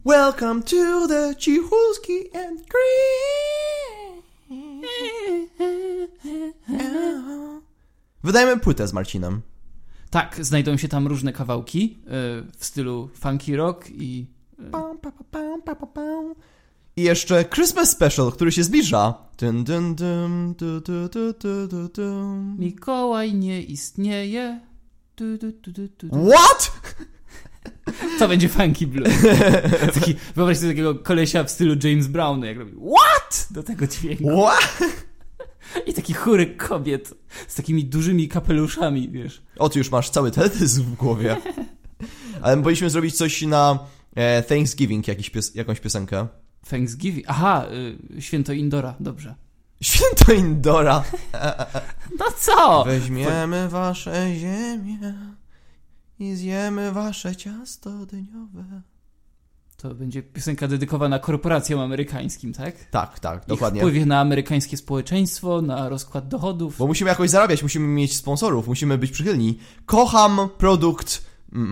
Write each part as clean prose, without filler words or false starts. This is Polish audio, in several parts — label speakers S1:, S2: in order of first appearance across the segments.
S1: Welcome to the Cichulski and Green. Wydajemy płytę z Marcinem.
S2: Tak, znajdą się tam różne kawałki w stylu funky rock i...
S1: I jeszcze Christmas Special, który się zbliża.
S2: Mikołaj nie istnieje.
S1: What?
S2: To będzie funky blues. Wyobraź sobie takiego kolesia w stylu James Brown, jak robi what? Do tego dźwięku.
S1: What?
S2: I taki chórek kobiet z takimi dużymi kapeluszami, wiesz.
S1: O, ty już masz cały teledysk w głowie. Ale my powinniśmy zrobić coś na Thanksgiving, jakąś piosenkę.
S2: Thanksgiving? Aha, święto Indora, dobrze.
S1: Święto Indora.
S2: No co?
S1: Weźmiemy wasze ziemię i zjemy wasze ciasto dyniowe.
S2: To będzie piosenka dedykowana korporacjom amerykańskim, tak?
S1: Tak, dokładnie.
S2: Ich wpływie na amerykańskie społeczeństwo, na rozkład dochodów.
S1: Bo musimy jakoś zarabiać, musimy mieć sponsorów, musimy być przychylni. Kocham produkt...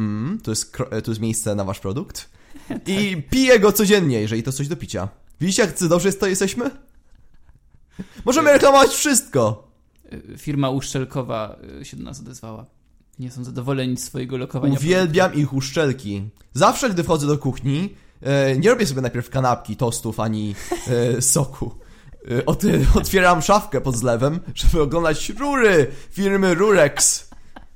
S1: To jest miejsce na wasz produkt. I piję go codziennie, jeżeli to coś do picia. Widzicie, jak dobrze jesteśmy? Możemy reklamować wszystko.
S2: Firma uszczelkowa się do nas odezwała. Nie są zadowoleni z swojego lokowania.
S1: Uwielbiam ich uszczelki. Zawsze, gdy wchodzę do kuchni, nie robię sobie najpierw kanapki, tostów, ani soku. Otwieram szafkę pod zlewem, żeby oglądać rury firmy Rurex.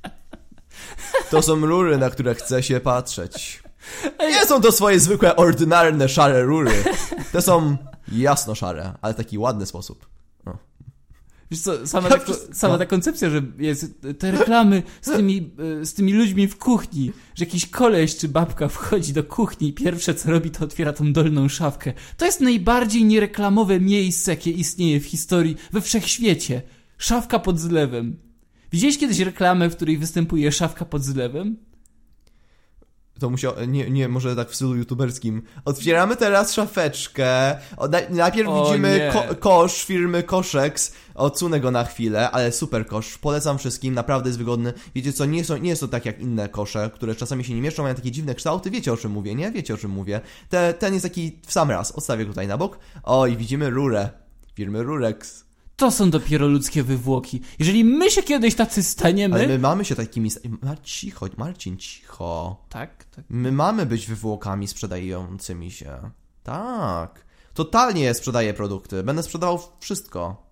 S1: To są rury, na które chcę się patrzeć. Nie są to swoje zwykłe, ordynarne, szare rury. Te są jasno szare, ale w taki ładny sposób. No.
S2: Wiesz co, sama ta koncepcja, że jest te reklamy z tymi ludźmi w kuchni, że jakiś koleś czy babka wchodzi do kuchni i pierwsze co robi, to otwiera tą dolną szafkę. To jest najbardziej niereklamowe miejsce, jakie istnieje w historii, we wszechświecie. Szafka pod zlewem. Widziałeś kiedyś reklamę, w której występuje szafka pod zlewem?
S1: To musiał... Nie, może tak w stylu youtuberskim. Otwieramy teraz szafeczkę. Najpierw widzimy kosz firmy Koszex. Odsunę go na chwilę, ale super kosz. Polecam wszystkim, naprawdę jest wygodny. Wiecie co, nie jest to tak jak inne kosze, które czasami się nie mieszczą, mają takie dziwne kształty. Wiecie o czym mówię, nie? Wiecie o czym mówię. Ten jest taki w sam raz. Odstawię go tutaj na bok. O, i widzimy rurę firmy Rurex.
S2: To są dopiero ludzkie wywłoki. Jeżeli my się kiedyś tacy staniemy...
S1: Ale my mamy się takimi... Marcin, cicho.
S2: Tak.
S1: My mamy być wywłokami sprzedającymi się. Tak. Totalnie sprzedaję produkty. Będę sprzedawał wszystko.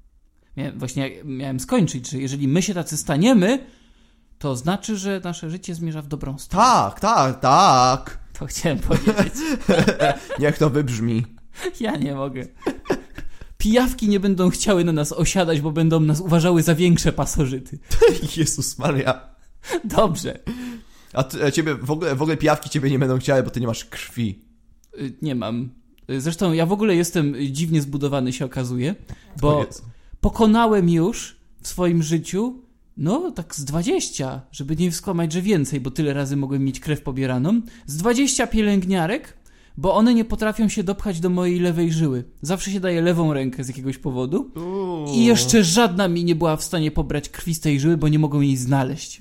S2: Miałem skończyć, że jeżeli my się tacy staniemy, to znaczy, że nasze życie zmierza w dobrą stronę.
S1: Tak.
S2: To chciałem powiedzieć.
S1: Niech to wybrzmi.
S2: Ja nie mogę. Pijawki nie będą chciały na nas osiadać, bo będą nas uważały za większe pasożyty.
S1: Jezus Maria.
S2: Dobrze.
S1: A ciebie w ogóle pijawki ciebie nie będą chciały, bo ty nie masz krwi.
S2: Nie mam. Zresztą ja w ogóle jestem dziwnie zbudowany, się okazuje, bo pokonałem już w swoim życiu, tak z 20, żeby nie skłamać, że więcej, bo tyle razy mogłem mieć krew pobieraną, z 20 pielęgniarek, bo one nie potrafią się dopchać do mojej lewej żyły. Zawsze się daje lewą rękę z jakiegoś powodu. I jeszcze żadna mi nie była w stanie pobrać krwi z tej żyły, bo nie mogą jej znaleźć.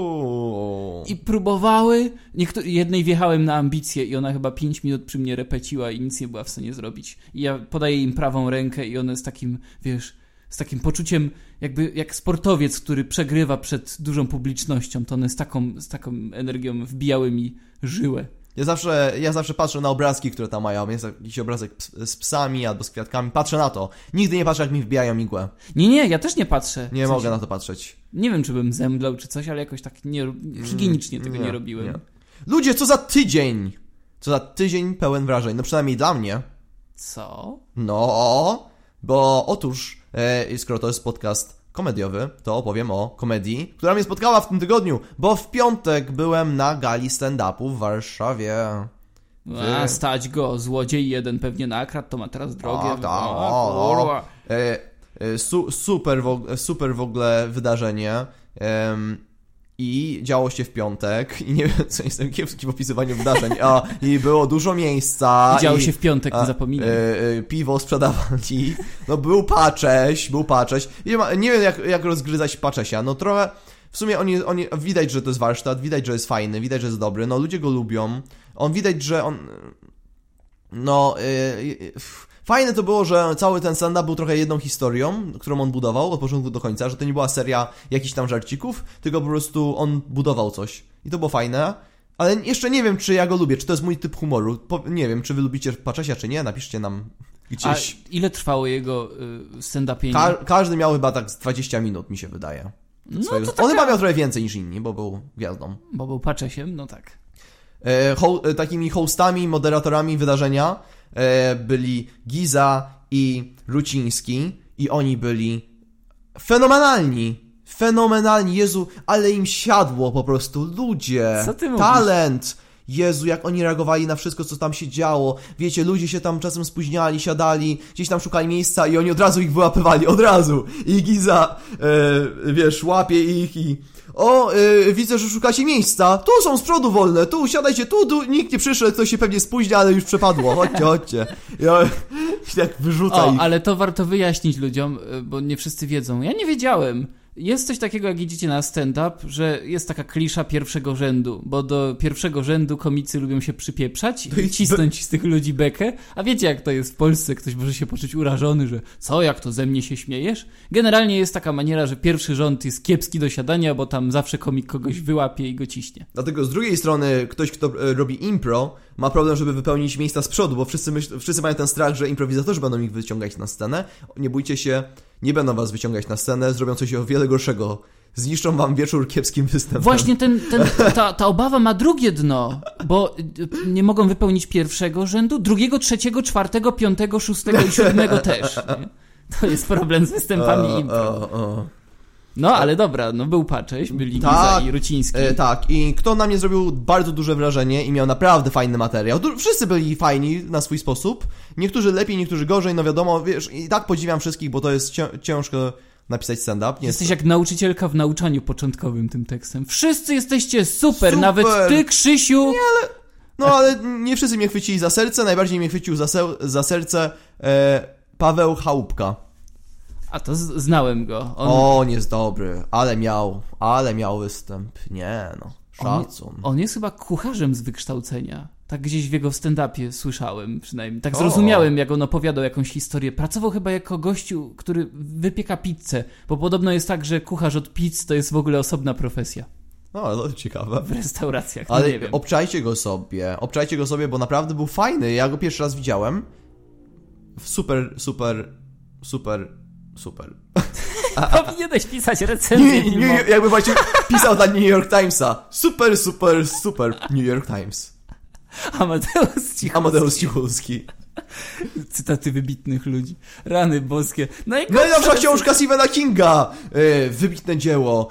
S2: I próbowały. Jednej wjechałem na ambicje i ona chyba 5 minut przy mnie repeciła i nic nie była w stanie zrobić. I ja podaję im prawą rękę i one z takim, z takim poczuciem, jakby jak sportowiec, który przegrywa przed dużą publicznością, to one z taką energią wbijały mi żyłę.
S1: Ja zawsze patrzę na obrazki, które tam mają. Jest jakiś obrazek z psami albo z kwiatkami. Patrzę na to. Nigdy nie patrzę, jak mi wbijają igłę.
S2: Nie, ja też nie patrzę.
S1: Nie mogę na to patrzeć.
S2: Nie wiem, czy bym zemdlał, czy coś, ale jakoś tak higienicznie tego nie robiłem. Nie.
S1: Ludzie, co za tydzień! Co za tydzień pełen wrażeń. Przynajmniej dla mnie.
S2: Co?
S1: Bo otóż, skoro to jest podcast komediowy, to opowiem o komedii, która mnie spotkała w tym tygodniu, bo w piątek byłem na gali stand-upu w Warszawie.
S2: Stać go, złodziej jeden pewnie nakradł, to ma teraz drogie.
S1: Super w ogóle wydarzenie. I działo się w piątek i nie wiem, co jestem kiepski w opisywaniu wydarzeń. I było dużo miejsca.
S2: Działo się w piątek, nie zapominaj.
S1: Piwo sprzedawali. Był pacześ. Nie wiem, jak rozgryzać paczesia. Trochę, w sumie oni widać, że to jest warsztat, widać, że jest fajny, widać, że jest dobry. Ludzie go lubią. Widać, że fajne to było, że cały ten stand-up był trochę jedną historią, którą on budował od początku do końca, że to nie była seria jakichś tam żarcików, tylko po prostu on budował coś. I to było fajne, ale jeszcze nie wiem, czy ja go lubię, czy to jest mój typ humoru. Nie wiem, czy wy lubicie Paczesia, czy nie, napiszcie nam gdzieś.
S2: A ile trwało jego stand-upienie?
S1: Każdy miał chyba tak 20 minut, mi się wydaje. On chyba miał trochę więcej niż inni, bo był gwiazdą.
S2: Bo był Paczesiem, no tak.
S1: Takimi hostami, moderatorami wydarzenia byli Giza i Ruciński i oni byli fenomenalni, Jezu, ale im siadło po prostu, ludzie,
S2: co ty
S1: talent, Jezu, jak oni reagowali na wszystko, co tam się działo, wiecie, ludzie się tam czasem spóźniali, siadali, gdzieś tam szukali miejsca i oni od razu ich wyłapywali, od razu, i Giza, łapie ich i widzę, że szukacie miejsca. Tu są z przodu wolne, tu siadajcie, tu nikt nie przyszedł, ktoś się pewnie spóźnia, ale już przepadło. Chodźcie. Jak wyrzuca ich.
S2: Ale to warto wyjaśnić ludziom, bo nie wszyscy wiedzą. Ja nie wiedziałem. Jest coś takiego, jak idziecie na stand-up, że jest taka klisza pierwszego rzędu, bo do pierwszego rzędu komicy lubią się przypieprzać i cisnąć z tych ludzi bekę, a wiecie jak to jest w Polsce, ktoś może się poczuć urażony, że co, jak to ze mnie się śmiejesz? Generalnie jest taka maniera, że pierwszy rząd jest kiepski do siadania, bo tam zawsze komik kogoś wyłapie i go ciśnie.
S1: Dlatego z drugiej strony ktoś, kto robi impro, ma problem, żeby wypełnić miejsca z przodu, bo wszyscy mają ten strach, że improwizatorzy będą ich wyciągać na scenę. Nie bójcie się, nie będą was wyciągać na scenę, zrobią coś o wiele gorszego. Zniszczą wam wieczór kiepskim występem.
S2: Właśnie ta obawa ma drugie dno, bo nie mogą wypełnić pierwszego rzędu, drugiego, trzeciego, czwartego, piątego, szóstego i siódmego też. Nie? To jest problem z występami impro. No, ale dobra, był Pacześ, byli Giza i Ruciński.
S1: Tak, i kto na mnie zrobił bardzo duże wrażenie i miał naprawdę fajny materiał. Wszyscy byli fajni na swój sposób. Niektórzy lepiej, niektórzy gorzej, no wiadomo, wiesz, i tak podziwiam wszystkich, bo to jest ciężko napisać stand-up.
S2: Jesteś jak nauczycielka w nauczaniu początkowym tym tekstem. Wszyscy jesteście super, nawet ty, Krzysiu. Nie,
S1: ale nie wszyscy mnie chwycili za serce, najbardziej mnie chwycił za serce Paweł Chałupka.
S2: A to znałem go.
S1: On jest dobry, ale miał występ. Nie no, szacun.
S2: On jest chyba kucharzem z wykształcenia. Tak gdzieś w jego stand-upie słyszałem przynajmniej. Tak zrozumiałem, jak on opowiadał jakąś historię. Pracował chyba jako gościu, który wypieka pizzę, bo podobno jest tak, że kucharz od pizz to jest w ogóle osobna profesja.
S1: No, to ciekawe.
S2: W restauracjach,
S1: ale
S2: nie wiem.
S1: Obczajcie go sobie, bo naprawdę był fajny. Ja go pierwszy raz widziałem. Super.
S2: Powinieneś pisać recenzję.
S1: Jakby właśnie pisał dla New York Timesa. Super New York Times. Amadeusz Cichulski.
S2: Cytaty wybitnych ludzi. Rany boskie.
S1: Najnowsza książka Stephena Kinga. Wybitne dzieło.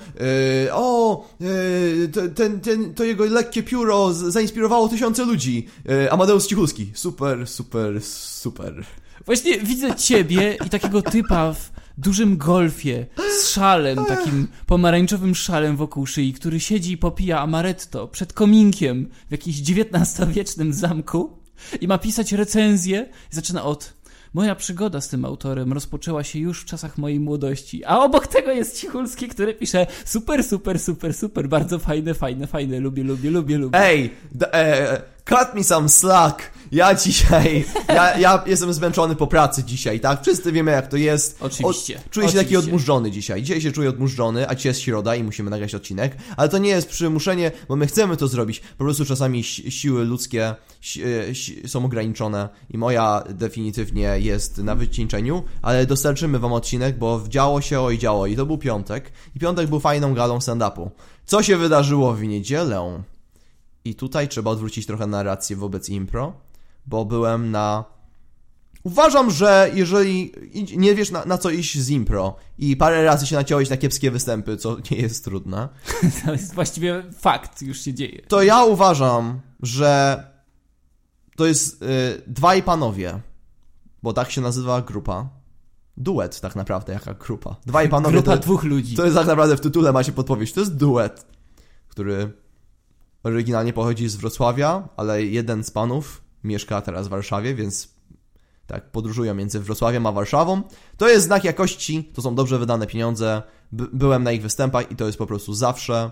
S1: To jego lekkie pióro zainspirowało tysiące ludzi. Amadeusz Cichulski. Super.
S2: Właśnie widzę ciebie i takiego typa w dużym golfie z szalem, takim pomarańczowym szalem wokół szyi, który siedzi i popija amaretto przed kominkiem w jakimś XIX-wiecznym zamku i ma pisać recenzję i zaczyna od: moja przygoda z tym autorem rozpoczęła się już w czasach mojej młodości. A obok tego jest Cichulski, który pisze super, bardzo fajne, lubię.
S1: Ej, cut me some slack. Ja dzisiaj, ja jestem zmęczony po pracy dzisiaj, tak? Wszyscy wiemy, jak to jest.
S2: Oczywiście.
S1: Czuję się taki odmurzony dzisiaj. Dzisiaj się czuję odmurzony, a dzisiaj jest środa i musimy nagrać odcinek. Ale to nie jest przymuszenie, bo my chcemy to zrobić. Po prostu czasami siły ludzkie są ograniczone i moja definitywnie jest na wycieńczeniu, ale dostarczymy wam odcinek, bo działo i to był piątek. I piątek był fajną galą stand-upu. Co się wydarzyło w niedzielę? I tutaj trzeba odwrócić trochę narrację wobec impro, bo byłem na... Uważam, że jeżeli nie wiesz na co iść z impro i parę razy się naciąłeś na kiepskie występy, co nie jest trudne...
S2: To jest właściwie fakt, już się dzieje.
S1: To ja uważam, że to jest dwaj panowie, bo tak się nazywa grupa. Duet tak naprawdę, jaka grupa. Dwaj panowie...
S2: Grupa dwóch ludzi.
S1: To jest tak naprawdę w tytule ma się podpowiedź. To jest duet, który oryginalnie pochodzi z Wrocławia, ale jeden z panów mieszka teraz w Warszawie, więc tak podróżują między Wrocławiem a Warszawą. To jest znak jakości, to są dobrze wydane pieniądze. Byłem na ich występach i to jest po prostu zawsze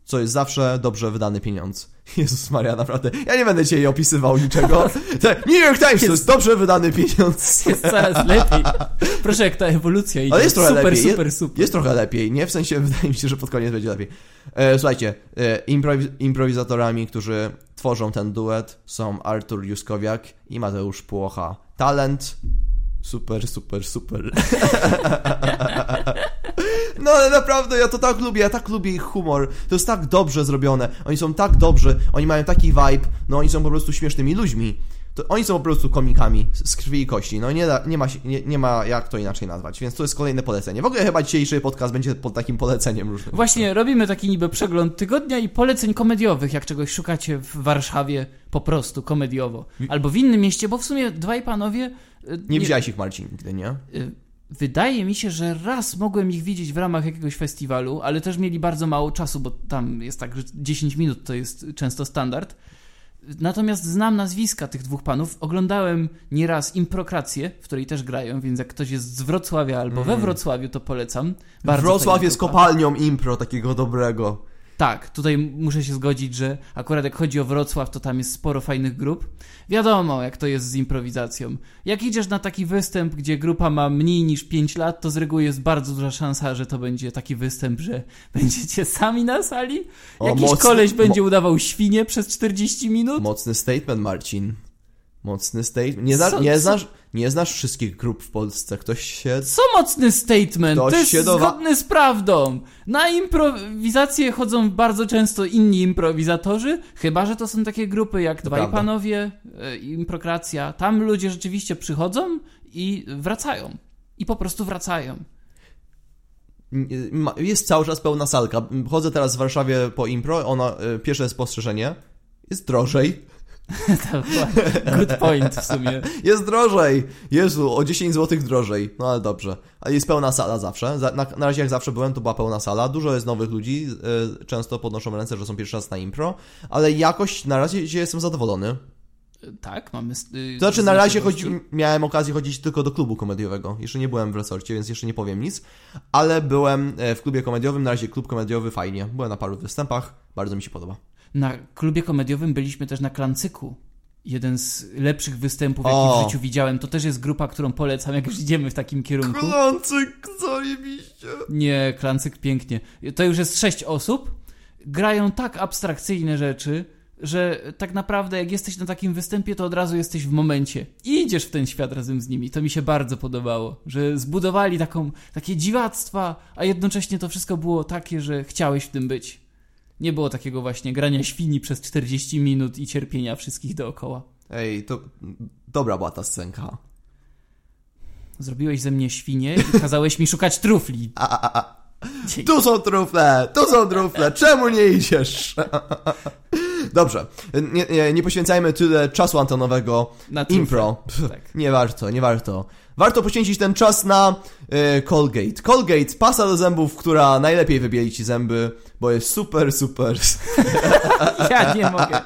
S1: co jest zawsze dobrze wydany pieniądz. Jezus Maria, naprawdę. Ja nie będę dzisiaj opisywał niczego. New York Times to jest dobrze wydany pieniądz.
S2: Jest coraz lepiej. Proszę, jak ta ewolucja idzie.
S1: Ale jest trochę
S2: super,
S1: lepiej.
S2: Super.
S1: Jest trochę lepiej, nie? W sensie, wydaje mi się, że pod koniec będzie lepiej. Słuchajcie, improwizatorami, którzy tworzą ten duet, są Artur Juskowiak i Mateusz Płocha. Talent super. No ale naprawdę, ja to tak lubię, ja tak lubię ich humor. To jest tak dobrze zrobione. Oni są tak dobrzy, oni mają taki vibe, no oni są po prostu śmiesznymi ludźmi. To oni są po prostu komikami z krwi i kości. No nie ma jak to inaczej nazwać, więc to jest kolejne polecenie. W ogóle chyba dzisiejszy podcast będzie pod takim poleceniem różnym.
S2: Właśnie, robimy taki niby przegląd tygodnia i poleceń komediowych, jak czegoś szukacie w Warszawie po prostu komediowo. Albo w innym mieście, bo w sumie dwaj panowie...
S1: Nie widziałeś ich, Marcin, nigdy, nie?
S2: Wydaje mi się, że raz mogłem ich widzieć w ramach jakiegoś festiwalu, ale też mieli bardzo mało czasu, bo tam jest tak, że 10 minut to jest często standard. Natomiast znam nazwiska tych dwóch panów. Oglądałem nieraz Improkrację, w której też grają, więc jak ktoś jest z Wrocławia albo we Wrocławiu, to polecam.
S1: Wrocław jest kopalnią impro takiego dobrego.
S2: Tak, tutaj muszę się zgodzić, że akurat jak chodzi o Wrocław, to tam jest sporo fajnych grup. Wiadomo, jak to jest z improwizacją. Jak idziesz na taki występ, gdzie grupa ma mniej niż 5 lat, to z reguły jest bardzo duża szansa, że to będzie taki występ, że będziecie sami na sali. Jakiś koleś będzie udawał świnię przez 40 minut.
S1: Mocny statement, Marcin. Mocny statement. Nie znasz wszystkich grup w Polsce. Ktoś się...
S2: Co mocny statement? To jest zgodny z prawdą. Na improwizację chodzą bardzo często inni improwizatorzy, chyba że to są takie grupy jak Dwaj Panowie, Improkracja. Tam ludzie rzeczywiście przychodzą i wracają. I po prostu wracają.
S1: Jest cały czas pełna salka. Chodzę teraz w Warszawie po impro. Pierwsze spostrzeżenie. Jest drożej.
S2: Good point w sumie.
S1: Jest drożej. Jezu, o 10 zł drożej. No ale dobrze. Ale jest pełna sala zawsze. Na razie jak zawsze byłem, to była pełna sala. Dużo jest nowych ludzi. Często podnoszą ręce, że są pierwszy raz na impro. Ale jakoś na razie jestem zadowolony.
S2: Tak, mamy...
S1: To znaczy na razie miałem okazję chodzić tylko do klubu komediowego. Jeszcze nie byłem w resorcie, więc jeszcze nie powiem nic. Ale byłem w klubie komediowym. Na razie klub komediowy fajnie. Byłem na paru występach. Bardzo mi się podoba.
S2: Na klubie komediowym byliśmy też na Klancyku. Jeden z lepszych występów, jaki w życiu widziałem. To też jest grupa, którą polecam, jak już idziemy w takim kierunku.
S1: Klancyk, zajebiście.
S2: Nie, Klancyk pięknie. To już jest 6 osób. Grają tak abstrakcyjne rzeczy, że tak naprawdę jak jesteś na takim występie, to od razu jesteś w momencie. I idziesz w ten świat razem z nimi. To mi się bardzo podobało. Że zbudowali takie dziwactwa, a jednocześnie to wszystko było takie, że chciałeś w tym być. Nie było takiego właśnie grania świni przez 40 minut i cierpienia wszystkich dookoła.
S1: Ej, to dobra była ta scenka.
S2: Zrobiłeś ze mnie świnię i kazałeś mi szukać trufli.
S1: Tu są trufle, czemu nie idziesz? Dobrze, nie poświęcajmy tyle czasu antenowego na impro. Tak. Nie warto. Warto poświęcić ten czas na Colgate. Colgate, pasta do zębów, która najlepiej wybieli ci zęby, bo jest super.
S2: Ja nie mogę.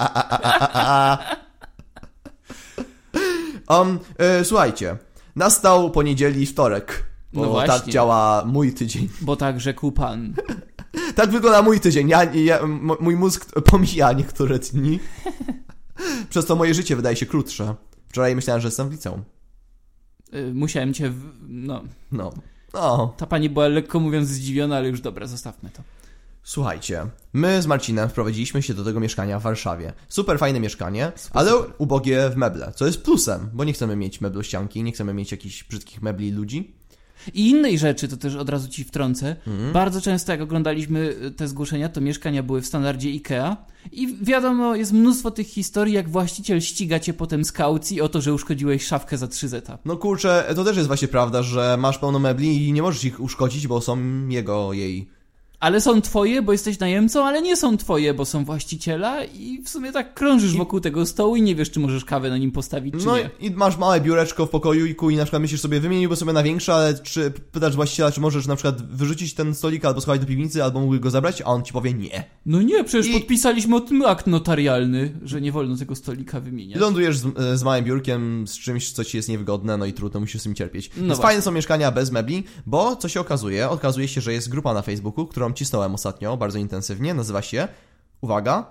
S1: Słuchajcie, nastał poniedzieli, wtorek, bo tak działa mój tydzień.
S2: Bo tak rzekł pan.
S1: Tak wygląda mój tydzień. Mój mózg pomija niektóre dni. Przez to moje życie wydaje się krótsze. Wczoraj myślałem, że jestem w liceum.
S2: Musiałem cię... No. Ta pani była lekko mówiąc zdziwiona, ale już dobra, zostawmy to.
S1: Słuchajcie, my z Marcinem wprowadziliśmy się do tego mieszkania w Warszawie. Super fajne mieszkanie, ale ubogie w meble, co jest plusem, bo nie chcemy mieć meblościanki, nie chcemy mieć jakichś brzydkich mebli ludzi.
S2: I innej rzeczy, to też od razu ci wtrącę. Bardzo często jak oglądaliśmy te zgłoszenia, to mieszkania były w standardzie IKEA i wiadomo, jest mnóstwo tych historii, jak właściciel ściga cię potem z kaucji o to, że uszkodziłeś szafkę za 3 zeta.
S1: No kurczę, to też jest właśnie prawda, że masz pełno mebli i nie możesz ich uszkodzić, bo są jej.
S2: Ale są twoje, bo jesteś najemcą, ale nie są twoje, bo są właściciela i w sumie tak krążysz wokół tego stołu i nie wiesz, czy możesz kawę na nim postawić, czy nie.
S1: I masz małe biureczko w pokoju i na przykład myślisz sobie, wymieniłby sobie na większe, ale czy pytasz właściciela, czy możesz na przykład wyrzucić ten stolik albo schować do piwnicy, albo mógłby go zabrać, a on ci powie nie.
S2: No nie, przecież podpisaliśmy o tym akt notarialny, że nie wolno tego stolika wymieniać.
S1: I lądujesz z małym biurkiem, z czymś, co ci jest niewygodne, no i trudno, musisz z tym cierpieć. Więc fajne są mieszkania bez mebli, bo co się okazuje? Okazuje się, że jest grupa na Facebooku, którą którą cisnąłem ostatnio bardzo intensywnie, nazywa się, uwaga,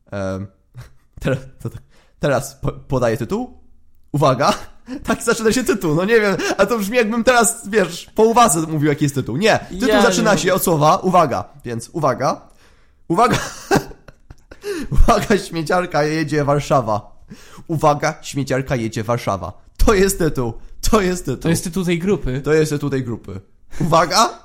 S1: teraz podaję tytuł, uwaga, tak zaczyna się tytuł, no nie wiem, a to brzmi jakbym teraz, wiesz, po uwadze mówił jaki jest tytuł. Nie, tytuł zaczyna się od słowa uwaga, więc uwaga, uwaga, śmieciarka jedzie Warszawa. Uwaga, śmieciarka jedzie Warszawa. To jest tytuł. To jest
S2: tytuł tej grupy.
S1: To jest tytuł tej grupy. Uwaga!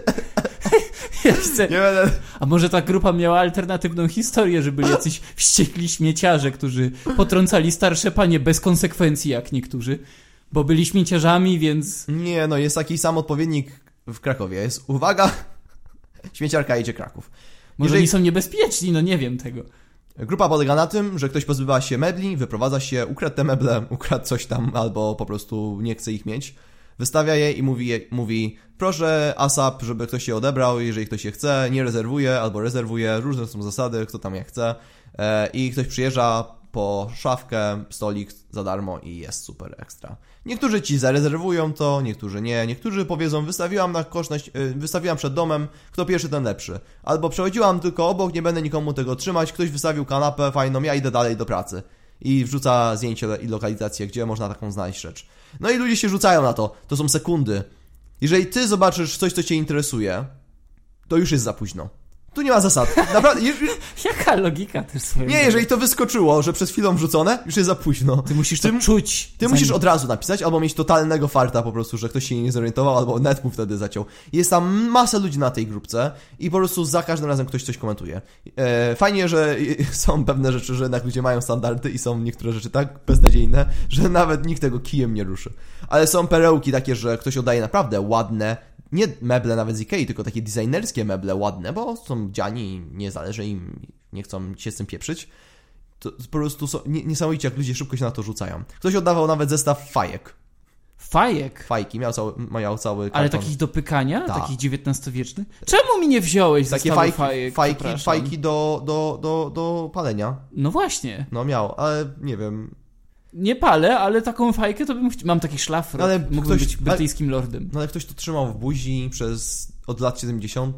S2: Nie będę... A może ta grupa miała alternatywną historię, że byli jacyś wściekli śmieciarze, którzy potrącali starsze panie bez konsekwencji jak niektórzy, bo byli śmieciarzami, więc...
S1: Nie, no jest taki sam odpowiednik w Krakowie. Jest uwaga, śmieciarka jedzie Kraków.
S2: Może oni są niebezpieczni, no nie wiem tego.
S1: Grupa polega na tym, że ktoś pozbywa się mebli, wyprowadza się, ukradł te meble, ukradł coś tam, albo po prostu nie chce ich mieć. Wystawia je i mówi proszę ASAP, żeby ktoś je odebrał, jeżeli ktoś je chce, nie rezerwuje albo rezerwuje, różne są zasady, kto tam je chce. I ktoś przyjeżdża po szafkę, stolik za darmo i jest super ekstra. Niektórzy ci zarezerwują to, niektórzy nie, niektórzy powiedzą wystawiłam przed domem, kto pierwszy ten lepszy. Albo przechodziłam tylko obok, nie będę nikomu tego trzymać, ktoś wystawił kanapę fajną, ja idę dalej do pracy. I wrzuca zdjęcie i lokalizację, gdzie można taką znaleźć rzecz. No i ludzie się rzucają na to, to są sekundy. Jeżeli ty zobaczysz coś, co cię interesuje, to już jest za późno. Tu nie ma zasad. Naprawdę.
S2: Jaka logika też swoją.
S1: Nie, jeżeli to wyskoczyło, że przed chwilą wrzucone, już jest za późno.
S2: Ty musisz to czuć.
S1: Ty musisz od razu napisać, albo mieć totalnego farta po prostu, że ktoś się nie zorientował, albo net mu wtedy zaciął. Jest tam masa ludzi na tej grupce i po prostu za każdym razem ktoś coś komentuje. Fajnie, że są pewne rzeczy, że jednak ludzie mają standardy i są niektóre rzeczy tak beznadziejne, że nawet nikt tego kijem nie ruszy. Ale są perełki takie, że ktoś oddaje naprawdę ładne, nie meble nawet z Ikei, tylko takie designerskie meble ładne, bo są dziani i nie zależy im, nie chcą się z tym pieprzyć. To po prostu są niesamowicie, jak ludzie szybko się na to rzucają. Ktoś oddawał nawet zestaw fajek. Fajki, miał cały karton.
S2: Ale takich do pykania?
S1: Ta.
S2: Takich XIX-wiecznych? Czemu mi nie wziąłeś takie
S1: fajki do palenia?
S2: No właśnie.
S1: No miał, ale nie wiem...
S2: Nie palę, ale taką fajkę to bym mam taki szlafrok. Ale mógłbym być brytyjskim lordem.
S1: No ale ktoś to trzymał w buzi od lat 70.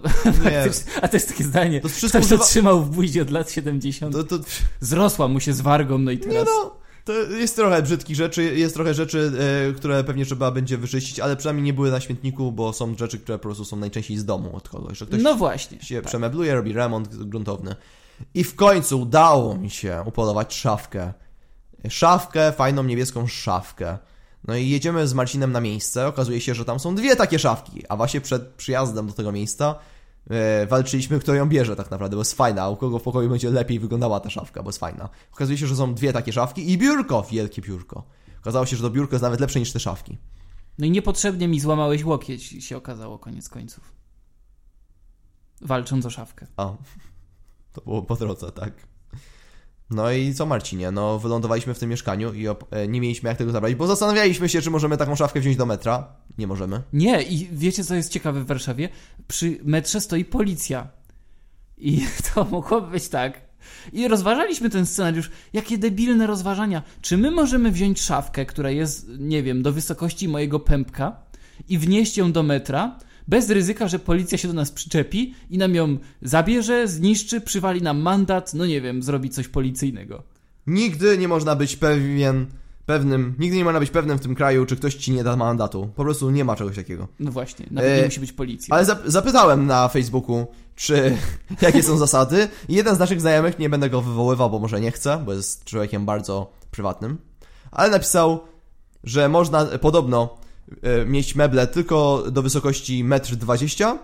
S2: A to jest takie zdanie. To ktoś to trzymał w buzi od lat 70. Zrosła mu się z wargą, no i teraz...
S1: Nie no, to jest trochę brzydkich rzeczy, jest trochę rzeczy, które pewnie trzeba będzie wyczyścić, ale przynajmniej nie były na śmietniku, bo są rzeczy, które po prostu są najczęściej z domu od kogoś. Że ktoś się przemebluje, robi remont gruntowny. I w końcu udało mi się upolować szafkę, fajną niebieską szafkę. No i jedziemy z Marcinem na miejsce. Okazuje się, że tam są dwie takie szafki. A właśnie przed przyjazdem do tego miejsca walczyliśmy, kto ją bierze tak naprawdę, bo jest fajna. A u kogo w pokoju będzie lepiej wyglądała ta szafka, bo jest fajna. Okazuje się, że są dwie takie szafki i biurko, wielkie biurko. Okazało się, że to biurko jest nawet lepsze niż te szafki.
S2: No i niepotrzebnie mi złamałeś łokieć, się okazało koniec końców. Walcząc o szafkę.
S1: To było po drodze, tak. No i co, Marcinie? No wylądowaliśmy w tym mieszkaniu i nie mieliśmy jak tego zabrać, bo zastanawialiśmy się, czy możemy taką szafkę wziąć do metra. Nie możemy.
S2: Nie, i wiecie, co jest ciekawe w Warszawie? Przy metrze stoi policja. I to mogłoby być tak. I rozważaliśmy ten scenariusz. Jakie debilne rozważania. Czy my możemy wziąć szafkę, która jest, nie wiem, do wysokości mojego pępka i wnieść ją do metra, bez ryzyka, że policja się do nas przyczepi i nam ją zabierze, zniszczy, przywali nam mandat, no nie wiem, zrobi coś policyjnego.
S1: Nigdy nie można być nigdy nie można być pewnym w tym kraju, czy ktoś ci nie da mandatu. Po prostu nie ma czegoś takiego.
S2: No właśnie, nawet nie musi być policja.
S1: Ale zapytałem na Facebooku, jakie są zasady i jeden z naszych znajomych, nie będę go wywoływał, bo może nie chce, bo jest człowiekiem bardzo prywatnym, ale napisał, że można podobno mieć meble tylko do wysokości 1,20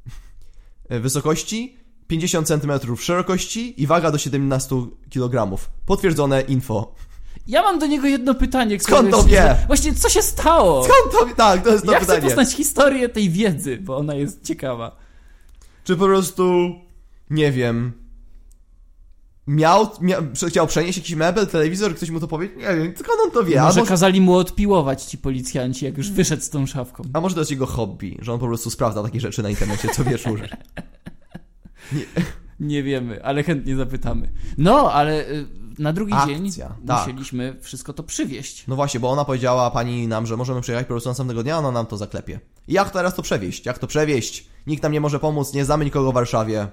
S1: m, wysokości 50 cm szerokości i waga do 17 kg. Potwierdzone info.
S2: Ja mam do niego jedno pytanie.
S1: Skąd to wie?
S2: Właśnie, co się stało?
S1: Skąd to wie? Tak, to jest to pytanie.
S2: Ja chcę poznać historię tej wiedzy, bo ona jest ciekawa.
S1: Czy po prostu, nie wiem, chciał przenieść jakiś mebel, telewizor, ktoś mu to powie? Nie wiem, skąd on to wie?
S2: Może kazali mu odpiłować ci policjanci, jak już wyszedł z tą szafką.
S1: A może to jest jego hobby, że on po prostu sprawdza takie rzeczy na internecie co wieczór.
S2: Nie wiemy, ale chętnie zapytamy. No, ale na drugi dzień musieliśmy wszystko to przywieźć.
S1: No właśnie, bo ona powiedziała pani nam, że możemy przyjechać po prostu następnego dnia, ona nam to zaklepie. I jak teraz to przewieźć? Jak to przewieźć? nikt nam nie może pomóc, nie znamy nikogo w Warszawie.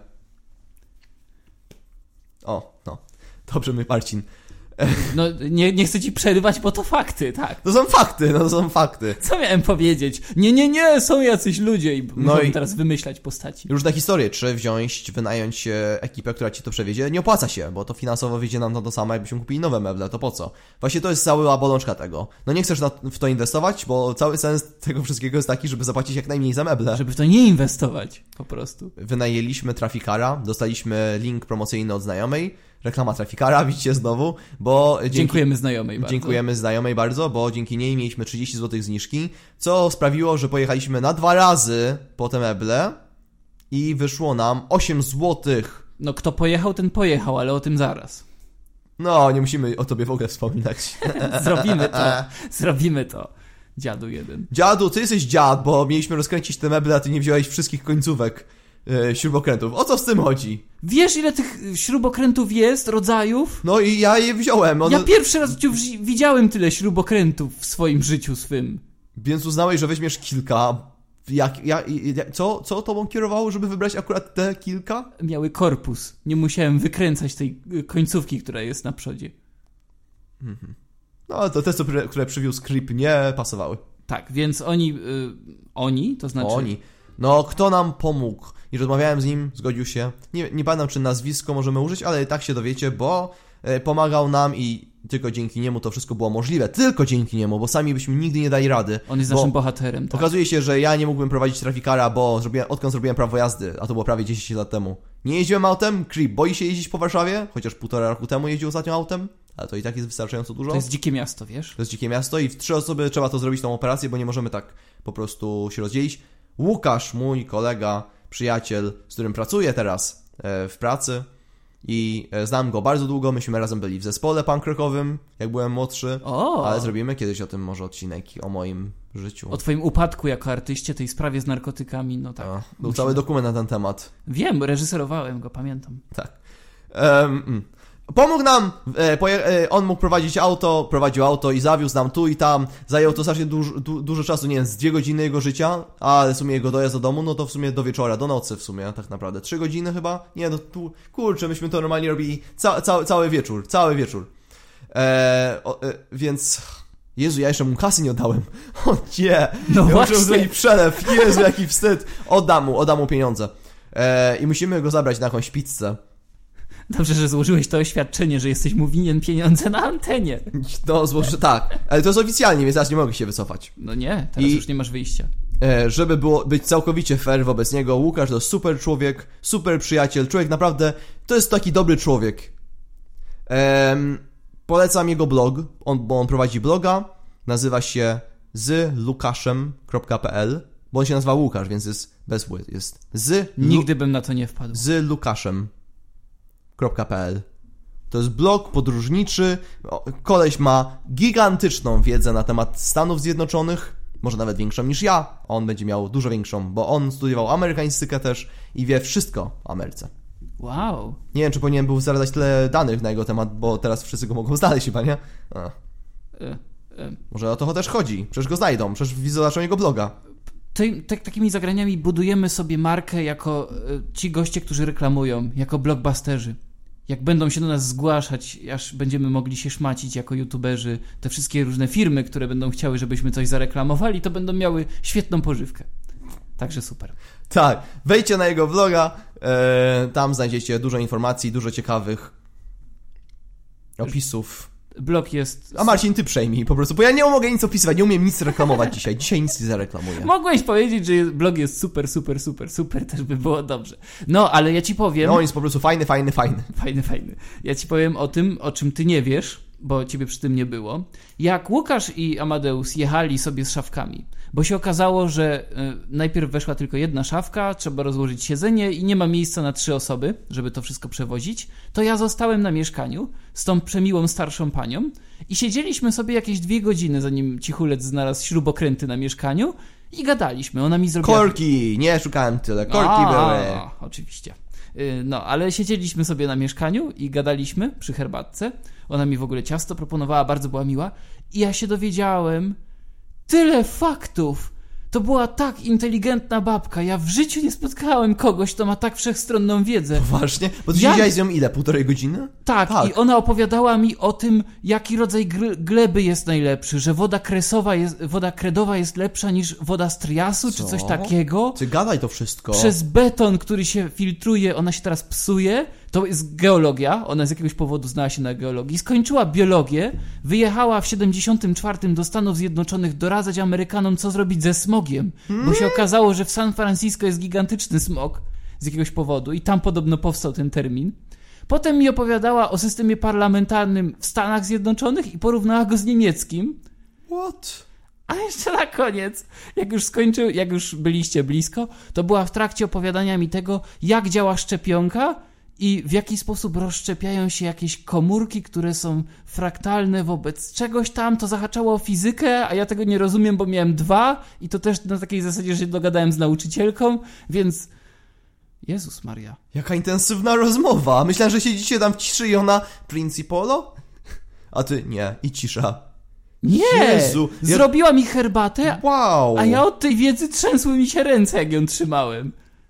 S1: O, no. Dobrze, Marcin.
S2: No, nie chcę ci przerywać, bo to fakty, tak.
S1: To są fakty.
S2: Co miałem powiedzieć? Nie, są jacyś ludzie i możemy teraz wymyślać postaci.
S1: Różne historie, czy wynająć ekipę, która ci to przewiezie, nie opłaca się, bo to finansowo wyjdzie nam to samo, jakbyśmy kupili nowe meble, to po co? Właśnie to jest cała bolączka tego. No nie chcesz w to inwestować, bo cały sens tego wszystkiego jest taki, żeby zapłacić jak najmniej za meble.
S2: Żeby w to nie inwestować, po prostu.
S1: Wynajęliśmy Trafikara, dostaliśmy link promocyjny od znajomej, reklama Trafikara, widzicie znowu, bo...
S2: Dziękujemy znajomej bardzo.
S1: Dziękujemy znajomej bardzo, bo dzięki niej mieliśmy 30 zł zniżki, co sprawiło, że pojechaliśmy na 2 razy po te meble i wyszło nam 8 zł.
S2: No kto pojechał, ten pojechał, ale o tym zaraz.
S1: No, nie musimy o tobie w ogóle wspominać.
S2: Zrobimy to. Dziadu jeden.
S1: Dziadu, ty jesteś dziad, bo mieliśmy rozkręcić te meble, a ty nie wziąłeś wszystkich końcówek śrubokrętów. O co z tym chodzi?
S2: Wiesz, ile tych śrubokrętów jest, rodzajów?
S1: No i ja je wziąłem.
S2: Ja pierwszy raz widziałem tyle śrubokrętów w swoim życiu swym.
S1: Więc uznałeś, że weźmiesz kilka. Co tobą kierowało, żeby wybrać akurat te kilka?
S2: Miały korpus. Nie musiałem wykręcać tej końcówki, która jest na przodzie.
S1: No to te, które przywiózł Creep, nie pasowały.
S2: Tak, więc oni, to znaczy...
S1: Oni. No, kto nam pomógł? I rozmawiałem z nim, zgodził się. Nie pamiętam, czy nazwisko możemy użyć, ale tak się dowiecie, bo pomagał nam i tylko dzięki niemu to wszystko było możliwe. Tylko dzięki niemu, bo sami byśmy nigdy nie dali rady.
S2: On jest naszym bohaterem. Tak.
S1: Okazuje się, że ja nie mógłbym prowadzić Trafikara, bo odkąd zrobiłem prawo jazdy, a to było prawie 10 lat temu. Nie jeździłem autem, Creep boi się jeździć po Warszawie, chociaż 1,5 roku temu jeździł ostatnio autem, ale to i tak jest wystarczająco dużo.
S2: To jest dzikie miasto, wiesz?
S1: To jest dzikie miasto i w 3 osoby trzeba to zrobić, tą operację, bo nie możemy tak po prostu się rozdzielić. Łukasz, mój kolega, przyjaciel, z którym pracuję teraz w pracy i znam go bardzo długo, myśmy razem byli w zespole punk rockowym, jak byłem młodszy, ale zrobimy kiedyś o tym może odcinek o moim życiu.
S2: O twoim upadku jako artyście, tej sprawie z narkotykami, no tak.
S1: Był cały dokument na ten temat.
S2: Wiem, reżyserowałem go, pamiętam.
S1: Tak. Pomógł nam, on mógł prowadził auto i zawiózł nam tu i tam. Zajęło to strasznie dużo czasu, nie wiem, z 2 godziny jego życia, ale w sumie jego dojazd do domu, no to w sumie do wieczora, do nocy w sumie, tak naprawdę. 3 godziny chyba? Nie, no tu, kurczę, myśmy to normalnie robili cały wieczór. Więc... Jezu, ja jeszcze mu kasy nie oddałem. O nie,
S2: no
S1: ja
S2: muszę
S1: zrobić przelew. Jezu, jaki wstyd. Oddam mu pieniądze. I musimy go zabrać na jakąś pizzę.
S2: Dobrze, że złożyłeś to oświadczenie, że jesteś mu winien pieniądze na antenie.
S1: No, tak. Ale to jest oficjalnie, więc teraz nie mogę się wycofać.
S2: No nie, teraz już nie masz wyjścia.
S1: Żeby być całkowicie fair wobec niego, Łukasz to super człowiek, super przyjaciel, człowiek naprawdę, to jest taki dobry człowiek. Polecam jego blog, bo on prowadzi bloga, nazywa się zlukaszem.pl, bo on się nazywa Łukasz, więc jest bez ły, jest
S2: Nigdy bym na to nie wpadł.
S1: zlukaszem.pl. To jest blog podróżniczy, koleś ma gigantyczną wiedzę na temat Stanów Zjednoczonych, może nawet większą niż ja, a on będzie miał dużo większą, bo on studiował amerykaństykę też i wie wszystko o Ameryce.
S2: Wow.
S1: Nie wiem, czy powinien był zdradzać tyle danych na jego temat, bo teraz wszyscy go mogą znaleźć chyba, nie? Może o to też chodzi. Przecież go znajdą, przecież zobaczą jego bloga.
S2: Takimi zagraniami budujemy sobie markę jako ci goście, którzy reklamują, jako blockbusterzy. Jak będą się do nas zgłaszać, aż będziemy mogli się szmacić jako youtuberzy, te wszystkie różne firmy, które będą chciały, żebyśmy coś zareklamowali, to będą miały świetną pożywkę. Także super.
S1: Tak, wejdźcie na jego vloga, tam znajdziecie dużo informacji, dużo ciekawych opisów.
S2: Blog jest...
S1: A Marcin, ty przejmij po prostu, bo ja nie mogę nic opisywać, nie umiem nic reklamować dzisiaj. Dzisiaj nic nie zareklamuję.
S2: Mogłeś powiedzieć, że blog jest super, też by było dobrze. No, ale ja ci powiem...
S1: No, on jest po prostu fajny.
S2: Fajny. Ja ci powiem o tym, o czym ty nie wiesz, bo ciebie przy tym nie było. Jak Łukasz i Amadeus jechali sobie z szafkami, bo się okazało, że najpierw weszła tylko jedna szafka, trzeba rozłożyć siedzenie i nie ma miejsca na 3 osoby, żeby to wszystko przewozić, to ja zostałem na mieszkaniu z tą przemiłą starszą panią i siedzieliśmy sobie jakieś 2 godziny, zanim Cichulec znalazł śrubokręty na mieszkaniu i gadaliśmy. Ona mi zrobiła...
S1: Korki! Nie szukałem tyle. Korki były.
S2: Oczywiście. No, ale siedzieliśmy sobie na mieszkaniu i gadaliśmy przy herbatce. Ona mi w ogóle ciasto proponowała, bardzo była miła. I ja się dowiedziałem tyle faktów. To była tak inteligentna babka. Ja w życiu nie spotkałem kogoś, kto ma tak wszechstronną wiedzę.
S1: Poważnie? Bo ty siedziałeś z nią ile? 1,5 godziny?
S2: Tak, i ona opowiadała mi o tym, jaki rodzaj gleby jest najlepszy, że woda kredowa jest lepsza niż woda z Triasu, czy coś takiego.
S1: Ty gadaj to wszystko.
S2: Przez beton, który się filtruje, ona się teraz psuje. To jest geologia, ona z jakiegoś powodu znała się na geologii. Skończyła biologię, wyjechała w 74 do Stanów Zjednoczonych doradzać Amerykanom, co zrobić ze smogiem. Bo się okazało, że w San Francisco jest gigantyczny smog z jakiegoś powodu i tam podobno powstał ten termin. Potem mi opowiadała o systemie parlamentarnym w Stanach Zjednoczonych i porównała go z niemieckim.
S1: What?
S2: A jeszcze na koniec, jak już byliście blisko, to była w trakcie opowiadania mi tego, jak działa szczepionka i w jaki sposób rozszczepiają się jakieś komórki, które są fraktalne wobec czegoś tam. To zahaczało o fizykę, a ja tego nie rozumiem, bo miałem 2 i to też na takiej zasadzie, że się dogadałem z nauczycielką, więc... Jezus Maria.
S1: Jaka intensywna rozmowa. Myślałem, że siedzicie tam w ciszy i ona Principolo? A ty nie. I cisza.
S2: Nie!
S1: Jezu.
S2: Zrobiła mi herbatę,
S1: wow.
S2: A ja od tej wiedzy trzęsły mi się ręce, jak ją trzymałem.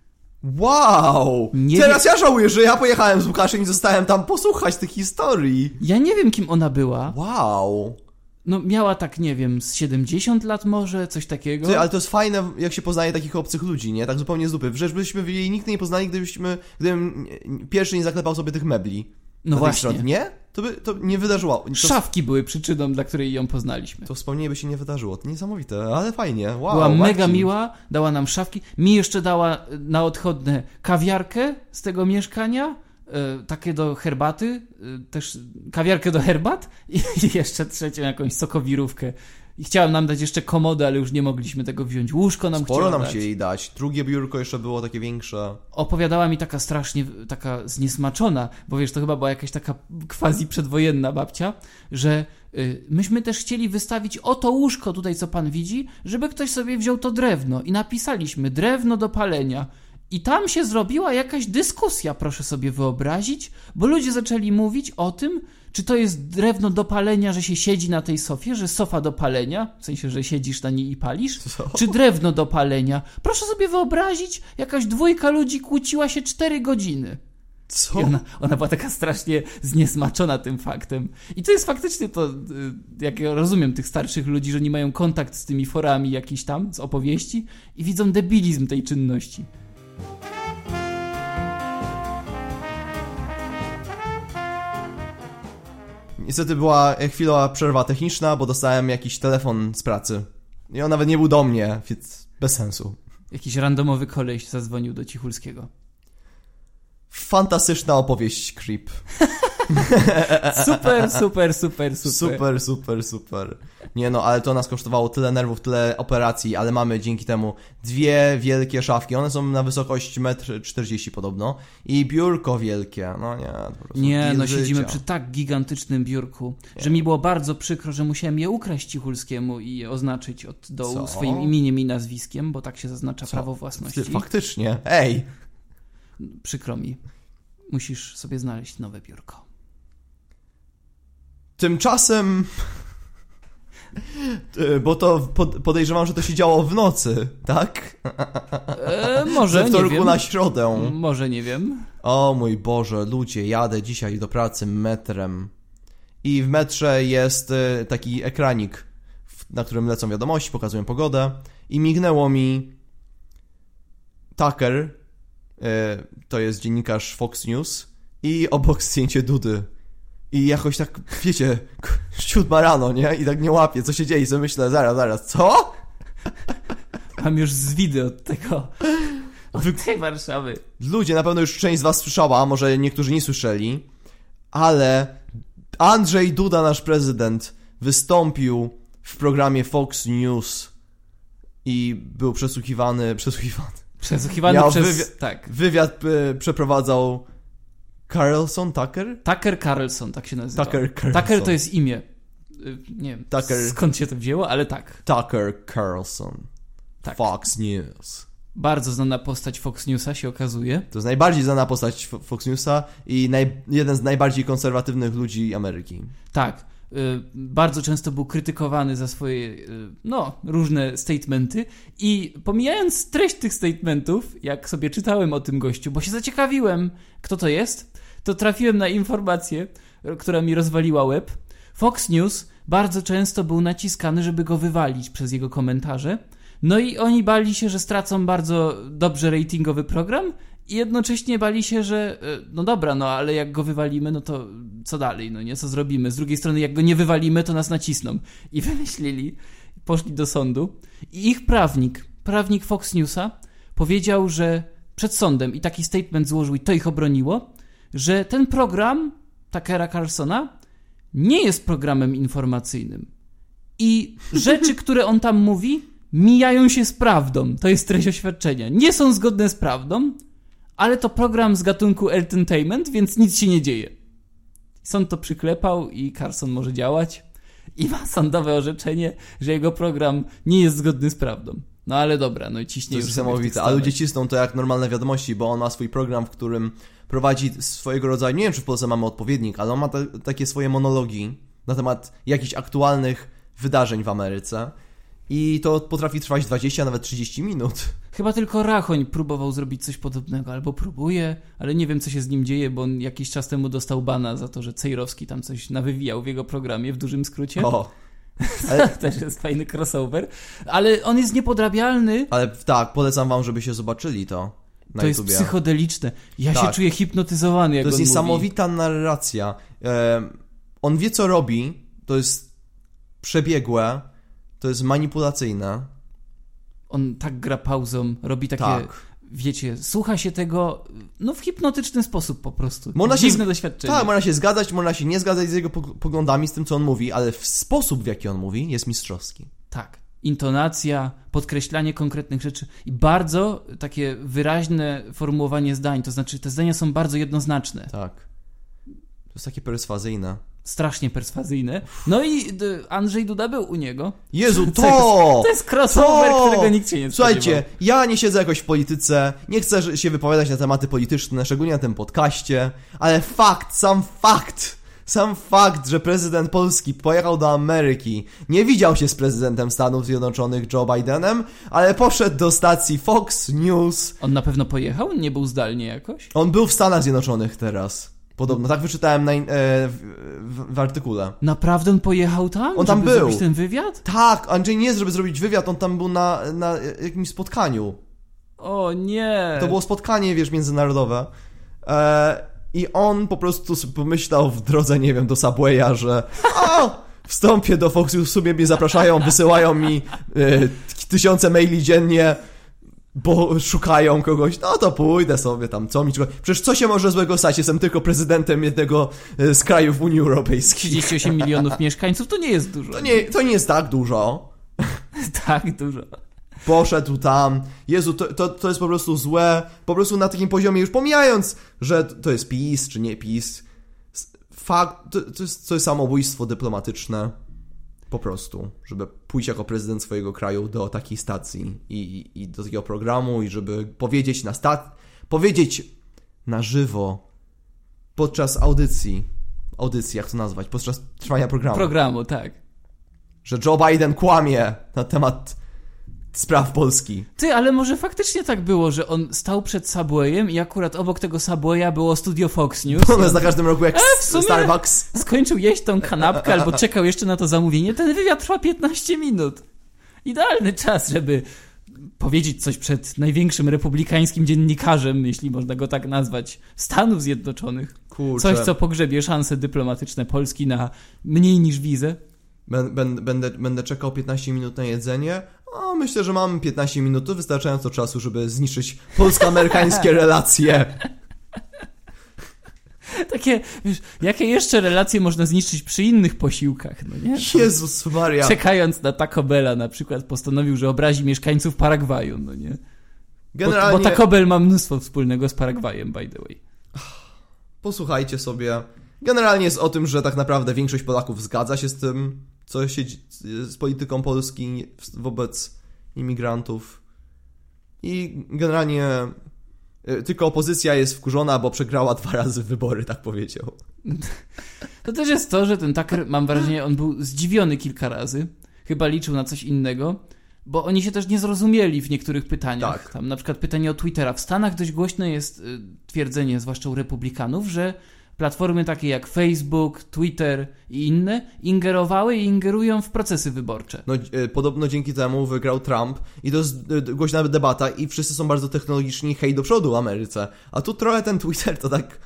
S1: Wow! Teraz ja żałuję, że ja pojechałem z Łukaszem i zostałem tam posłuchać tych historii.
S2: Ja nie wiem, kim ona była.
S1: Wow!
S2: No miała tak, nie wiem, z 70 lat może, coś takiego.
S1: Ty, ale to jest fajne, jak się poznaje takich obcych ludzi, nie? Tak zupełnie z dupy. Przecież byśmy jej nigdy nie poznali, gdybym pierwszy nie zaklepał sobie tych mebli.
S2: No właśnie.
S1: Nie? To nie wydarzyło.
S2: Szafki były przyczyną, dla której ją poznaliśmy.
S1: To wspomnienie by się nie wydarzyło. To niesamowite, ale fajnie. Wow,
S2: była mega miła, dała nam szafki. Mi jeszcze dała na odchodne kawiarkę z tego mieszkania, takie do herbaty, też kawiarkę do herbat i jeszcze trzecią jakąś sokowirówkę. I chciałem nam dać jeszcze komodę, ale już nie mogliśmy tego wziąć. Łóżko nam
S1: Sporo nam chcieli jej dać. Drugie biurko jeszcze było takie większe.
S2: Opowiadała mi taka strasznie, taka zniesmaczona, bo wiesz, to chyba była jakaś taka quasi przedwojenna babcia, że myśmy też chcieli wystawić oto łóżko tutaj, co pan widzi, żeby ktoś sobie wziął to drewno. I napisaliśmy drewno do palenia. I tam się zrobiła jakaś dyskusja, proszę sobie wyobrazić, bo ludzie zaczęli mówić o tym, czy to jest drewno do palenia, że się siedzi na tej sofie, że sofa do palenia, w sensie, że siedzisz na niej i palisz, czy drewno do palenia. Proszę sobie wyobrazić, jakaś 2 ludzi kłóciła się 4 godziny.
S1: Co?
S2: I ona była taka strasznie zniesmaczona tym faktem. I to jest faktycznie to, jak ja rozumiem tych starszych ludzi, że nie mają kontakt z tymi forami jakiś tam, z opowieści i widzą debilizm tej czynności.
S1: Niestety była chwilowa przerwa techniczna, bo dostałem jakiś telefon z pracy. I on nawet nie był do mnie, więc bez sensu.
S2: Jakiś randomowy koleś zadzwonił do Cichulskiego.
S1: Fantastyczna opowieść, Creep. Super. Nie no, ale to nas kosztowało tyle nerwów, tyle operacji, ale mamy dzięki temu 2 wielkie szafki. One są na wysokość 1,40 m podobno. I biurko wielkie. No nie, po prostu
S2: siedzimy przy tak gigantycznym biurku, że mi było bardzo przykro, że musiałem je ukraść Cichulskiemu i je oznaczyć od dołu swoim imieniem i nazwiskiem, bo tak się zaznacza prawo własności.
S1: Faktycznie, ej!
S2: Przykro mi. Musisz sobie znaleźć nowe biurko.
S1: Tymczasem... Bo to podejrzewam, że to się działo w nocy, tak?
S2: Może,
S1: ze wtorku na środę.
S2: Może, nie wiem.
S1: O mój Boże, ludzie, jadę dzisiaj do pracy metrem. I w metrze jest taki ekranik, na którym lecą wiadomości, pokazują pogodę. I mignęło mi Tucker, to jest dziennikarz Fox News, i obok zdjęcie Dudy. I jakoś tak, wiecie, 7 rano, nie? I tak nie łapię, co się dzieje. I sobie myślę, zaraz, co?
S2: Mam już zwidy od tego, od tej Warszawy.
S1: Ludzie, na pewno już część z was słyszała, może niektórzy nie słyszeli, ale Andrzej Duda, nasz prezydent, wystąpił w programie Fox News i był przesłuchiwany
S2: miał przez...
S1: Wywiad przeprowadzał Tucker?
S2: Tucker Carlson, tak się nazywa.
S1: Tucker
S2: to jest imię. Nie wiem, skąd się to wzięło, ale tak.
S1: Tucker Carlson. Tak. Fox News.
S2: Bardzo znana postać Fox Newsa się okazuje.
S1: To jest najbardziej znana postać Fox Newsa i jeden z najbardziej konserwatywnych ludzi Ameryki.
S2: Tak. bardzo często był krytykowany za swoje różne statementy i pomijając treść tych statementów, jak sobie czytałem o tym gościu, bo się zaciekawiłem, kto to jest, to trafiłem na informację, która mi rozwaliła łeb. Fox News bardzo często był naciskany, żeby go wywalić przez jego komentarze. No i oni bali się, że stracą bardzo dobrze ratingowy program i jednocześnie bali się, że no dobra, no ale jak go wywalimy, no to co dalej, no nie, co zrobimy? Z drugiej strony, jak go nie wywalimy, to nas nacisną. I wymyślili, poszli do sądu i ich prawnik Fox Newsa powiedział, że przed sądem i taki statement złożył i to ich obroniło, że ten program Tuckera Carlsona nie jest programem informacyjnym. I rzeczy, które on tam mówi, mijają się z prawdą. To jest treść oświadczenia. Nie są zgodne z prawdą, ale to program z gatunku entertainment, więc nic się nie dzieje. Sąd to przyklepał i Carlson może działać i ma sądowe orzeczenie, że jego program nie jest zgodny z prawdą. No ale dobra, no i ciśnie już.
S1: To jest niesamowite, a ludzie cisną to jak normalne wiadomości, bo on ma swój program, w którym prowadzi swojego rodzaju, nie wiem czy w Polsce mamy odpowiednik, ale on ma takie swoje monologi na temat jakichś aktualnych wydarzeń w Ameryce i to potrafi trwać 20, nawet 30 minut.
S2: Chyba tylko Rachoń próbował zrobić coś podobnego, albo próbuje, ale nie wiem co się z nim dzieje, bo on jakiś czas temu dostał bana za to, że Cejrowski tam coś nawywijał w jego programie, w dużym skrócie. Ale też jest fajny crossover, ale on jest niepodrabialny.
S1: Ale tak, polecam wam, żebyście zobaczyli to na
S2: to
S1: YouTubie.
S2: Jest psychodeliczne. Ja się czuję hipnotyzowany, jak on mówi.
S1: To jest niesamowita narracja. On wie, co robi. To jest przebiegłe. To jest manipulacyjne.
S2: On tak gra pauzą, robi takie... Wiecie, słucha się tego w hipnotyczny sposób po prostu. Dziwne doświadczenie.
S1: Tak, można się zgadzać, można się nie zgadzać z jego poglądami, z tym, co on mówi, ale sposób, w jaki on mówi, jest mistrzowski.
S2: Tak. Intonacja, podkreślanie konkretnych rzeczy i bardzo takie wyraźne formułowanie zdań, to znaczy te zdania są bardzo jednoznaczne.
S1: Tak. To jest takie perswazyjne.
S2: Strasznie perswazyjne. No i Andrzej Duda był u niego.
S1: Jezu,
S2: to jest crossover, którego nikt się nie spodziewał.
S1: Słuchajcie, ja nie siedzę jakoś w polityce, nie chcę się wypowiadać na tematy polityczne, szczególnie na tym podcaście, ale sam fakt, że prezydent Polski pojechał do Ameryki, nie widział się z prezydentem Stanów Zjednoczonych Joe Bidenem, ale poszedł do stacji Fox News.
S2: On na pewno pojechał? Nie był zdalnie jakoś?
S1: On był w Stanach Zjednoczonych teraz. Podobno, tak wyczytałem w artykule.
S2: Naprawdę on pojechał tam?
S1: On tam
S2: żeby
S1: był.
S2: Zrobić ten wywiad?
S1: Tak, Andrzej nie jest, żeby zrobić wywiad, on tam był na jakimś spotkaniu.
S2: O nie.
S1: To było spotkanie, międzynarodowe. I on po prostu pomyślał w drodze, nie wiem, do Subwaya, że wstąpię do Fox News, w sumie mnie zapraszają, wysyłają mi 1000 maili dziennie, bo szukają kogoś, no to pójdę sobie tam, co mi czego. Przecież co się może złego stać? Jestem tylko prezydentem jednego z krajów Unii Europejskiej.
S2: 38 milionów mieszkańców to nie jest dużo.
S1: To nie jest tak dużo.
S2: Tak dużo.
S1: Poszedł tam. Jezu, to jest po prostu złe. Po prostu na takim poziomie, już pomijając, że to jest PiS czy nie PiS. Fakt, to jest samobójstwo dyplomatyczne. Po prostu, żeby pójść jako prezydent swojego kraju do takiej stacji i do takiego programu i żeby powiedzieć powiedzieć na żywo podczas audycji, jak to nazwać, podczas trwania programu,
S2: tak.
S1: Że Joe Biden kłamie na temat spraw Polski.
S2: Ale może faktycznie tak było, że on stał przed Subwayem i akurat obok tego Subwaya było studio Fox News.
S1: On jest na każdym roku jak Starbucks.
S2: Skończył jeść tą kanapkę albo czekał jeszcze na to zamówienie. Ten wywiad trwa 15 minut. Idealny czas, żeby powiedzieć coś przed największym republikańskim dziennikarzem, jeśli można go tak nazwać, Stanów Zjednoczonych.
S1: Kurczę.
S2: Coś, co pogrzebie szanse dyplomatyczne Polski na mniej niż wizę.
S1: Będę czekał 15 minut na jedzenie. Myślę, że mam 15 minut, to wystarczająco czasu, żeby zniszczyć polsko-amerykańskie relacje.
S2: Takie, jakie jeszcze relacje można zniszczyć przy innych posiłkach, no nie?
S1: Jezus Maria.
S2: Czekając na Taco Bella na przykład postanowił, że obrazi mieszkańców Paragwaju, no nie?
S1: Generalnie...
S2: Bo Taco Bell ma mnóstwo wspólnego z Paragwajem, by the way.
S1: Posłuchajcie sobie. Generalnie jest o tym, że tak naprawdę większość Polaków zgadza się z tym, co się z polityką Polski wobec imigrantów. I generalnie tylko opozycja jest wkurzona, bo przegrała 2 razy wybory, tak powiedział.
S2: To też jest to, że ten Tucker, mam wrażenie, on był zdziwiony kilka razy. Chyba liczył na coś innego. Bo oni się też nie zrozumieli w niektórych pytaniach.
S1: Tak.
S2: Tam na przykład pytanie o Twittera. W Stanach dość głośne jest twierdzenie, zwłaszcza u republikanów, że platformy takie jak Facebook, Twitter i inne ingerowały i ingerują w procesy wyborcze.
S1: No, podobno dzięki temu wygrał Trump i to jest głośna debata i wszyscy są bardzo technologiczni, hej do przodu w Ameryce. A tu trochę ten Twitter to tak,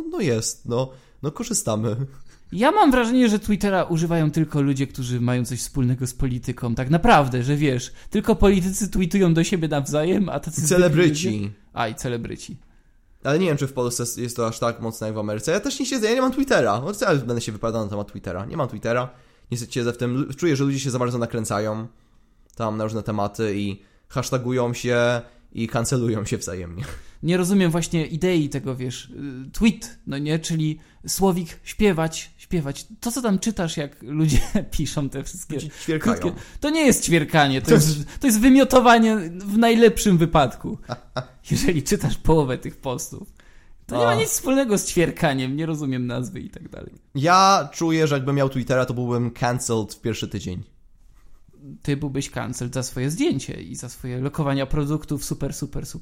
S1: no korzystamy.
S2: Ja mam wrażenie, że Twittera używają tylko ludzie, którzy mają coś wspólnego z polityką. Tak naprawdę, że wiesz, tylko politycy tweetują do siebie nawzajem, a tacy...
S1: Celebryci.
S2: I celebryci.
S1: Ale nie wiem, czy w Polsce jest to aż tak mocne jak w Ameryce. Ja też ja nie mam Twittera. Ja będę się wypowiadał na temat Twittera. Nie mam Twittera. Niestety siedzę w tym... Czuję, że ludzie się za bardzo nakręcają tam na różne tematy i hashtagują się i kancelują się wzajemnie.
S2: Nie rozumiem właśnie idei tego, wiesz, tweet, no nie? Czyli słowik śpiewać. To, co tam czytasz, jak ludzie piszą te wszystkie...
S1: Ćwierkają.
S2: To nie jest ćwierkanie, to jest wymiotowanie w najlepszym wypadku. Jeżeli czytasz połowę tych postów. To nie ma nic wspólnego z ćwierkaniem, nie rozumiem nazwy i tak dalej.
S1: Ja czuję, że jakbym miał Twittera, to byłbym cancelled w pierwszy tydzień.
S2: Ty byłbyś cancelled za swoje zdjęcie i za swoje lokowania produktów super.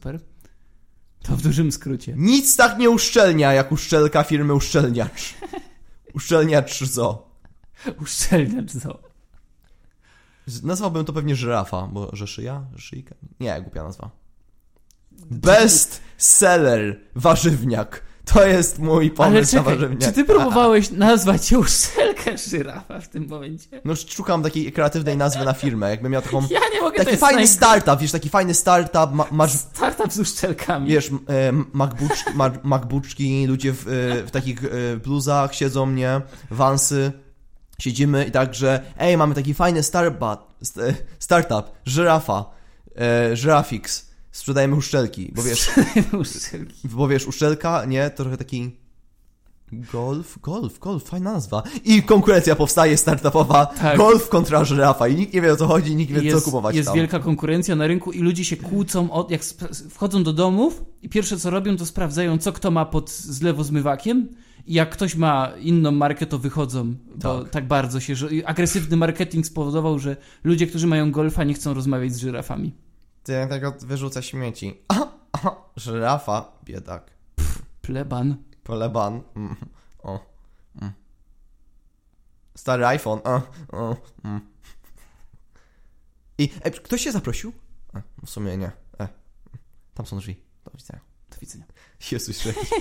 S2: To w dużym skrócie.
S1: Nic tak nie uszczelnia, jak uszczelka firmy Uszczelniacz. Uszczelniacz Zo.
S2: Uszczelniacz Zo.
S1: Nazwałbym to pewnie żyrafa, bo Rzeszyjka? Nie, głupia nazwa. Best seller warzywniak. To jest mój pomysł na warzywniak.
S2: Czy ty próbowałeś nazwać uszczelkę żyrafa w tym momencie?
S1: No szukam takiej kreatywnej nazwy na firmę, jakbym miał taką...
S2: Ja nie mogę,
S1: taki fajny startup, wiesz, taki fajny startup.
S2: Startup z uszczelkami.
S1: Wiesz, MacBookczki, ludzie w takich bluzach siedzą, nie? Vansy. Siedzimy i tak, że mamy taki fajny startup, żyrafa, Żyrafix. Sprzedajemy uszczelki, bo wiesz, uszczelka, nie? To trochę taki golf, fajna nazwa. I konkurencja powstaje startupowa, tak. Golf kontra żyrafa i nikt nie wie, o co chodzi, nikt nie wie, co kupować
S2: jest
S1: tam.
S2: Jest wielka konkurencja na rynku i ludzie się kłócą, jak wchodzą do domów i pierwsze co robią, to sprawdzają, co kto ma pod zlewozmywakiem i jak ktoś ma inną markę, to wychodzą, bo tak bardzo się... Agresywny marketing spowodował, że ludzie, którzy mają golfa, nie chcą rozmawiać z żyrafami.
S1: Ty tego wyrzuca śmieci. Żyrafa, biedak.
S2: Pleban.
S1: Stary iPhone. I ktoś się zaprosił? W sumie nie. Tam są drzwi. Do widzenia. Jezus,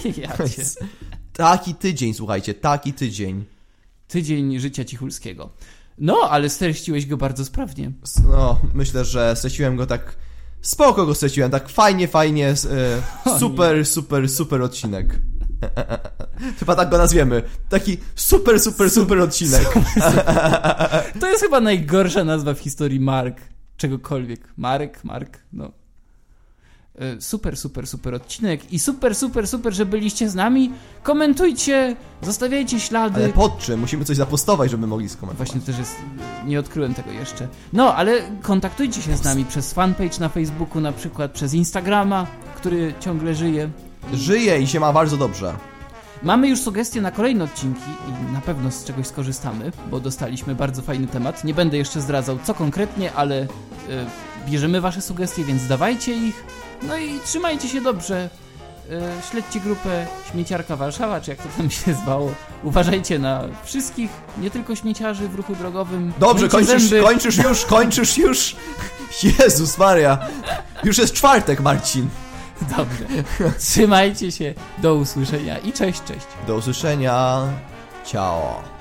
S1: Taki tydzień, słuchajcie, Tydzień
S2: życia Cichulskiego. No, ale streściłeś go bardzo sprawnie.
S1: No, myślę, że streściłem go tak... Spoko go streściłem, tak fajnie, super odcinek. Chyba tak go nazwiemy. Taki super odcinek.
S2: To jest chyba najgorsza nazwa w historii mark. Czegokolwiek. Mark, no. Super odcinek i super, że byliście z nami. Komentujcie, zostawiajcie ślady.
S1: Ale pod czym? Musimy coś zapostować, żeby mogli skomentować.
S2: Właśnie też jest... Nie odkryłem tego jeszcze. No, ale kontaktujcie się z nami przez fanpage na Facebooku, na przykład przez Instagrama, który ciągle żyje.
S1: Żyje i się ma bardzo dobrze.
S2: Mamy już sugestie na kolejne odcinki i na pewno z czegoś skorzystamy, bo dostaliśmy bardzo fajny temat. Nie będę jeszcze zdradzał co konkretnie, ale bierzemy wasze sugestie, więc dawajcie ich. No i trzymajcie się dobrze. Śledźcie grupę Śmieciarka Warszawa, czy jak to tam się zwało. Uważajcie na wszystkich, nie tylko śmieciarzy w ruchu drogowym.
S1: Dobrze, kończysz już. Jezus Maria. Już jest czwartek, Marcin.
S2: Dobrze. Trzymajcie się. Do usłyszenia i cześć.
S1: Do usłyszenia. Ciao.